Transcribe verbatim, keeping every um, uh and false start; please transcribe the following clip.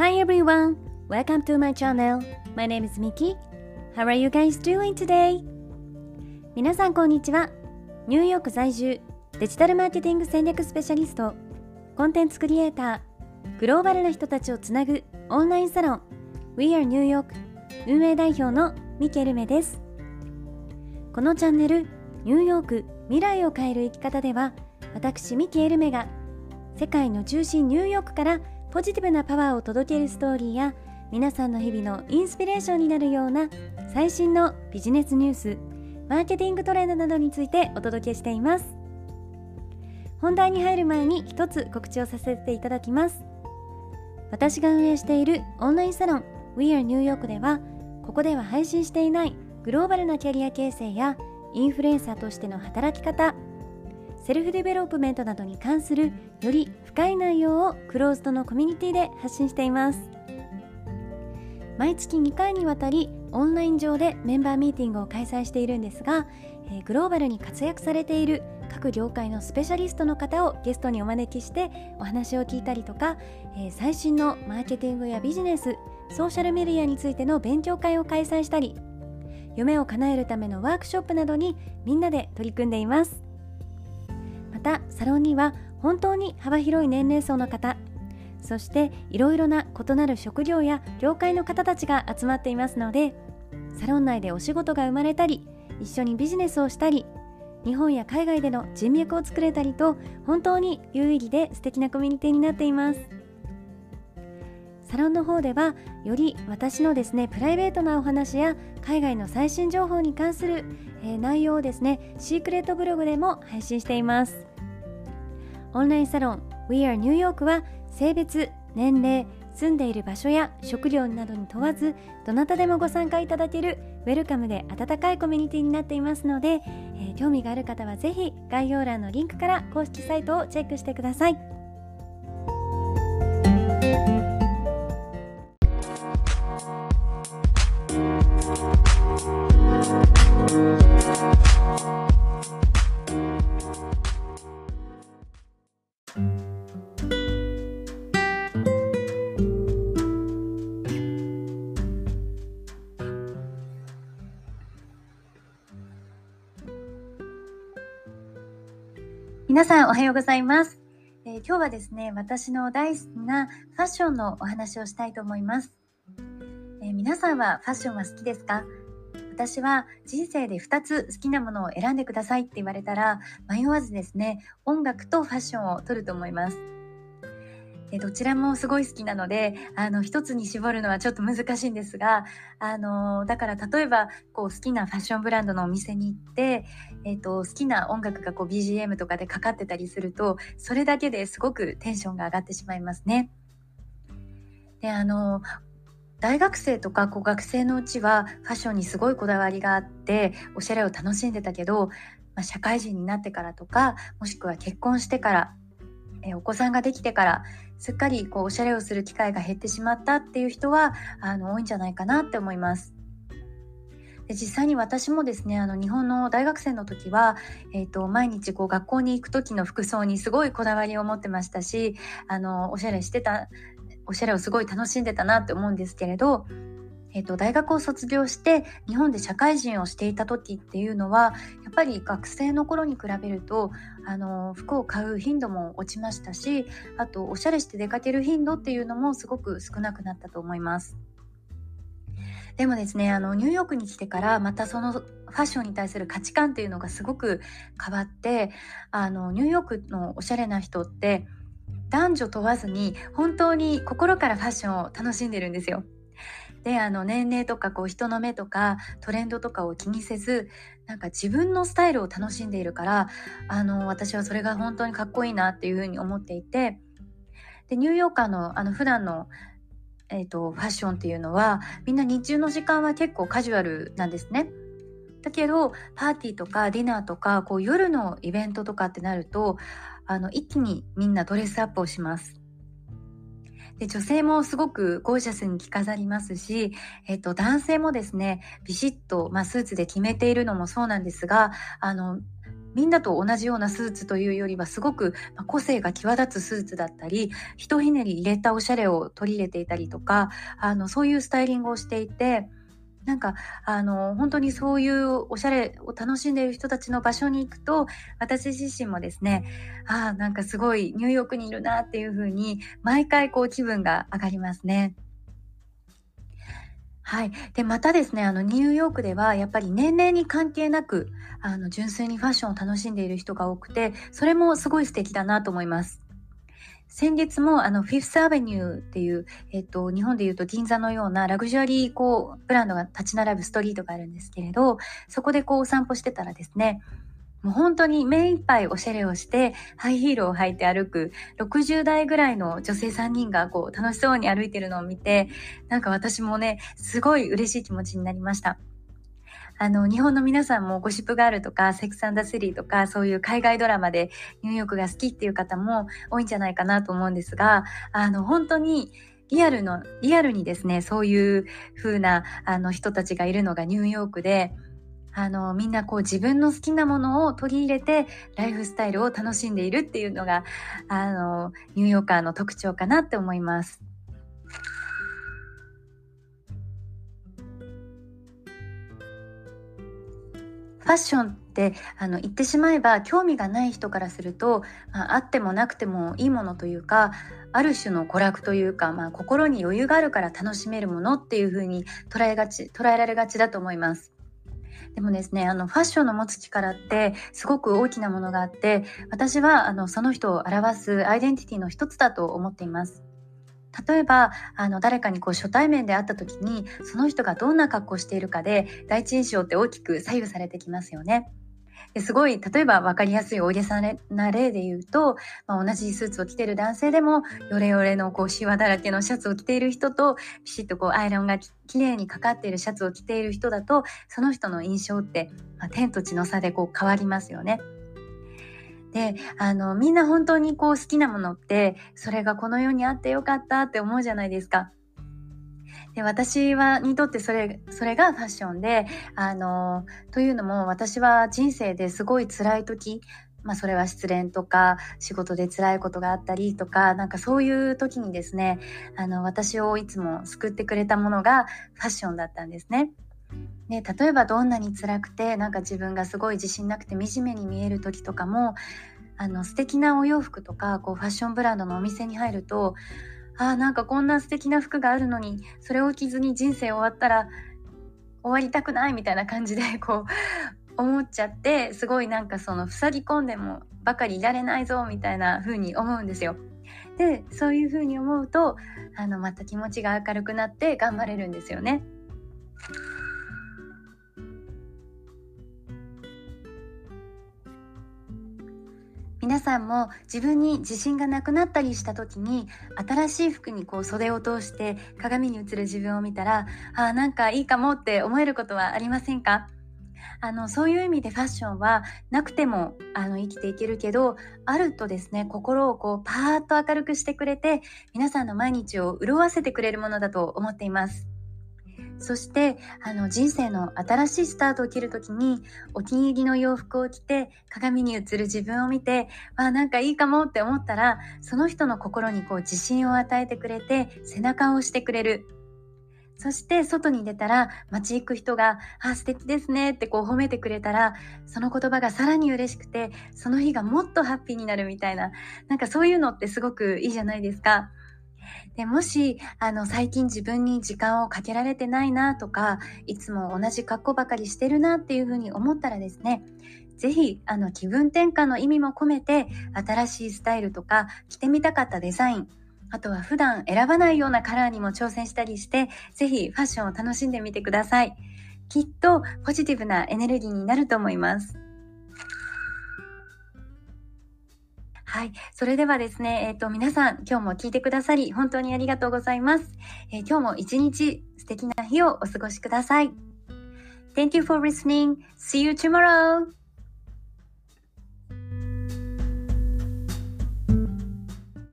Hi everyone, welcome to my channel. My name is Miki. How are you guys doing today? 皆さんこんにちは。ニューヨーク在住デジタルマーケティング戦略スペシャリスト、コンテンツクリエイター、グローバルな人たちをつなぐオンラインサロン We are New York 運営代表のミキエルメです。このチャンネルニューヨーク未来を変える生き方では、私ミキエルメが世界の中心ニューヨークからポジティブなパワーを届けるストーリーや、皆さんの日々のインスピレーションになるような最新のビジネスニュース、マーケティングトレンドなどについてお届けしています。本題に入る前に一つ告知をさせていただきます。私が運営しているオンラインサロン We are New York では、ここでは配信していないグローバルなキャリア形成やインフルエンサーとしての働き方、セルフデベロップメントなどに関するより深い内容をクローズドのコミュニティで発信しています。毎月にかいにわたりオンライン上でメンバーミーティングを開催しているんですが、えー、グローバルに活躍されている各業界のスペシャリストの方をゲストにお招きしてお話を聞いたりとか、えー、最新のマーケティングやビジネス、ソーシャルメディアについての勉強会を開催したり、夢を叶えるためのワークショップなどにみんなで取り組んでいます。またサロンには本当に幅広い年齢層の方、そしていろいろな異なる職業や業界の方たちが集まっていますので、サロン内でお仕事が生まれたり、一緒にビジネスをしたり、日本や海外での人脈を作れたりと、本当に有意義で素敵なコミュニティになっています。サロンの方ではより私のですねプライベートなお話や海外の最新情報に関する、えー、内容をですねシークレットブログでも配信しています。オンラインサロン We are New York は性別、年齢、住んでいる場所や職業などに問わず、どなたでもご参加いただけるウェルカムで温かいコミュニティになっていますので、えー、興味がある方はぜひ概要欄のリンクから公式サイトをチェックしてください。皆さんおはようございます、えー、今日はですね私の大好きなファッションのお話をしたいと思います、えー、皆さんはファッションは好きですか？私は人生でふたつ好きなものを選んでくださいって言われたら、迷わずですね音楽とファッションを取ると思います。でどちらもすごい好きなので、あの一つに絞るのはちょっと難しいんですが、あのだから例えばこう好きなファッションブランドのお店に行って、えーと、好きな音楽がこう ビージーエム とかでかかってたりすると、それだけですごくテンションが上がってしまいますね。であの大学生とかこう学生のうちはファッションにすごいこだわりがあっておしゃれを楽しんでたけど、まあ、社会人になってからとか、もしくは結婚してから、えお子さんができてからすっかりこうおしゃれをする機会が減ってしまったっていう人はあの多いんじゃないかなって思います。で実際に私もですね、あの日本の大学生の時は、えーと、毎日こう学校に行く時の服装にすごいこだわりを持ってましたし、あのおしゃれしてたおしゃれをすごい楽しんでたなって思うんですけれど、えーと、大学を卒業して日本で社会人をしていた時っていうのは、やっぱり学生の頃に比べるとあの服を買う頻度も落ちましたし、あとおしゃれして出かける頻度っていうのもすごく少なくなったと思います。でもですね、あのニューヨークに来てからまたそのファッションに対する価値観っていうのがすごく変わって、あのニューヨークのおしゃれな人って男女問わずに本当に心からファッションを楽しんでるんですよ。であの年齢とかこう人の目とかトレンドとかを気にせず、なんか自分のスタイルを楽しんでいるから、あの私はそれが本当にかっこいいなっていうふうに思っていて、でニューヨーカーのあの普段の、えーと、ファッションっていうのはみんな日中の時間は結構カジュアルなんですね。だけどパーティーとかディナーとかこう夜のイベントとかってなると、あの一気にみんなドレスアップをします。で女性もすごくゴージャスに着飾りますし、えっと、男性もですねビシッと、まあ、スーツで決めているのもそうなんですが、あのみんなと同じようなスーツというよりはすごく個性が際立つスーツだったり、ひとひねり入れたおしゃれを取り入れていたりとか、あのそういうスタイリングをしていて、なんかあの本当にそういうおしゃれを楽しんでいる人たちの場所に行くと、私自身もですね、あなんかすごいニューヨークにいるなっていう風に毎回こう気分が上がりますね。はい。で、またですね、あの、ニューヨークではやっぱり年齢に関係なく、あの、純粋にファッションを楽しんでいる人が多くて、それもすごい素敵だなと思います。先月もあの、フィフスアベニューっていう、えっと、日本でいうと銀座のようなラグジュアリーこう、ブランドが立ち並ぶストリートがあるんですけれど、そこでこうお散歩してたらですね、もう本当に目いっぱいおしゃれをしてハイヒールを履いて歩くろくじゅう代ぐらいの女性さんにんがこう楽しそうに歩いてるのを見て、なんか私もねすごい嬉しい気持ちになりました。あの日本の皆さんもゴシップガールとかセックスアンダーシティとかそういう海外ドラマでニューヨークが好きっていう方も多いんじゃないかなと思うんですが、あの本当にリアルのリアルにですね、そういう風なあの人たちがいるのがニューヨークで、あのみんなこう自分の好きなものを取り入れてライフスタイルを楽しんでいるっていうのがあのニューヨーカーの特徴かなって思います。ファッションってあの言ってしまえば興味がない人からすると、まあ、あってもなくてもいいものというか、ある種の娯楽というか、まあ、心に余裕があるから楽しめるものっていう風に捉えがち捉えられがちだと思います。でもですね、あのファッションの持つ力ってすごく大きなものがあって、私はあのその人を表すアイデンティティの一つだと思っています。例えばあの誰かにこう初対面で会った時に、その人がどんな格好をしているかで第一印象って大きく左右されてきますよね。ですごい例えば分かりやすい大げさな例で言うと、まあ、同じスーツを着ている男性でもヨレヨレのこうシワだらけのシャツを着ている人と、ピシッとこうアイロンがききれいにかかっているシャツを着ている人だと、その人の印象って、まあ、天と地の差でこう変わりますよね。で、あのみんな本当にこう好きなものって、それがこの世にあってよかったって思うじゃないですか。で、私はにとってそれそれがファッションで、あのというのも私は人生ですごい辛い時、まあ、それは失恋とか仕事で辛いことがあったりとか、なんかそういう時にですね、あの私をいつも救ってくれたものがファッションだったんですね。で、例えばどんなに辛くてなんか自分がすごい自信なくて惨めに見える時とかも、あの素敵なお洋服とかこうファッションブランドのお店に入ると、あーなんかこんな素敵な服があるのに、それを着ずに人生終わったら終わりたくないみたいな感じでこう思っちゃって、すごいなんかその塞ぎ込んでもばかりいられないぞみたいな風に思うんですよ。で、そういう風に思うと、あのまた気持ちが明るくなって頑張れるんですよね。皆さんも自分に自信がなくなったりした時に、新しい服にこう袖を通して鏡に映る自分を見たら、あーなんかいいかもって思えることはありませんか？あのそういう意味でファッションはなくてもあの生きていけるけど、あるとですね、心をこうパーッと明るくしてくれて、皆さんの毎日を潤わせてくれるものだと思っています。そしてあの人生の新しいスタートを切るときに、お気に入りの洋服を着て鏡に映る自分を見て、あなんかいいかもって思ったら、その人の心にこう自信を与えてくれて背中を押してくれる。そして外に出たら街行く人があ素敵ですねってこう褒めてくれたら、その言葉がさらに嬉しくて、その日がもっとハッピーになるみたいな、なんかそういうのってすごくいいじゃないですか。でもしあの最近自分に時間をかけられてないなとか、いつも同じ格好ばかりしてるなっていうふうに思ったらですね、ぜひあの気分転換の意味も込めて、新しいスタイルとか着てみたかったデザイン、あとは普段選ばないようなカラーにも挑戦したりして、ぜひファッションを楽しんでみてください。きっとポジティブなエネルギーになると思います。はい、それではですね、えっと皆さん今日も聞いてくださり本当にありがとうございます。えー今日も一日素敵な日をお過ごしください。Thank you for listening. See you tomorrow.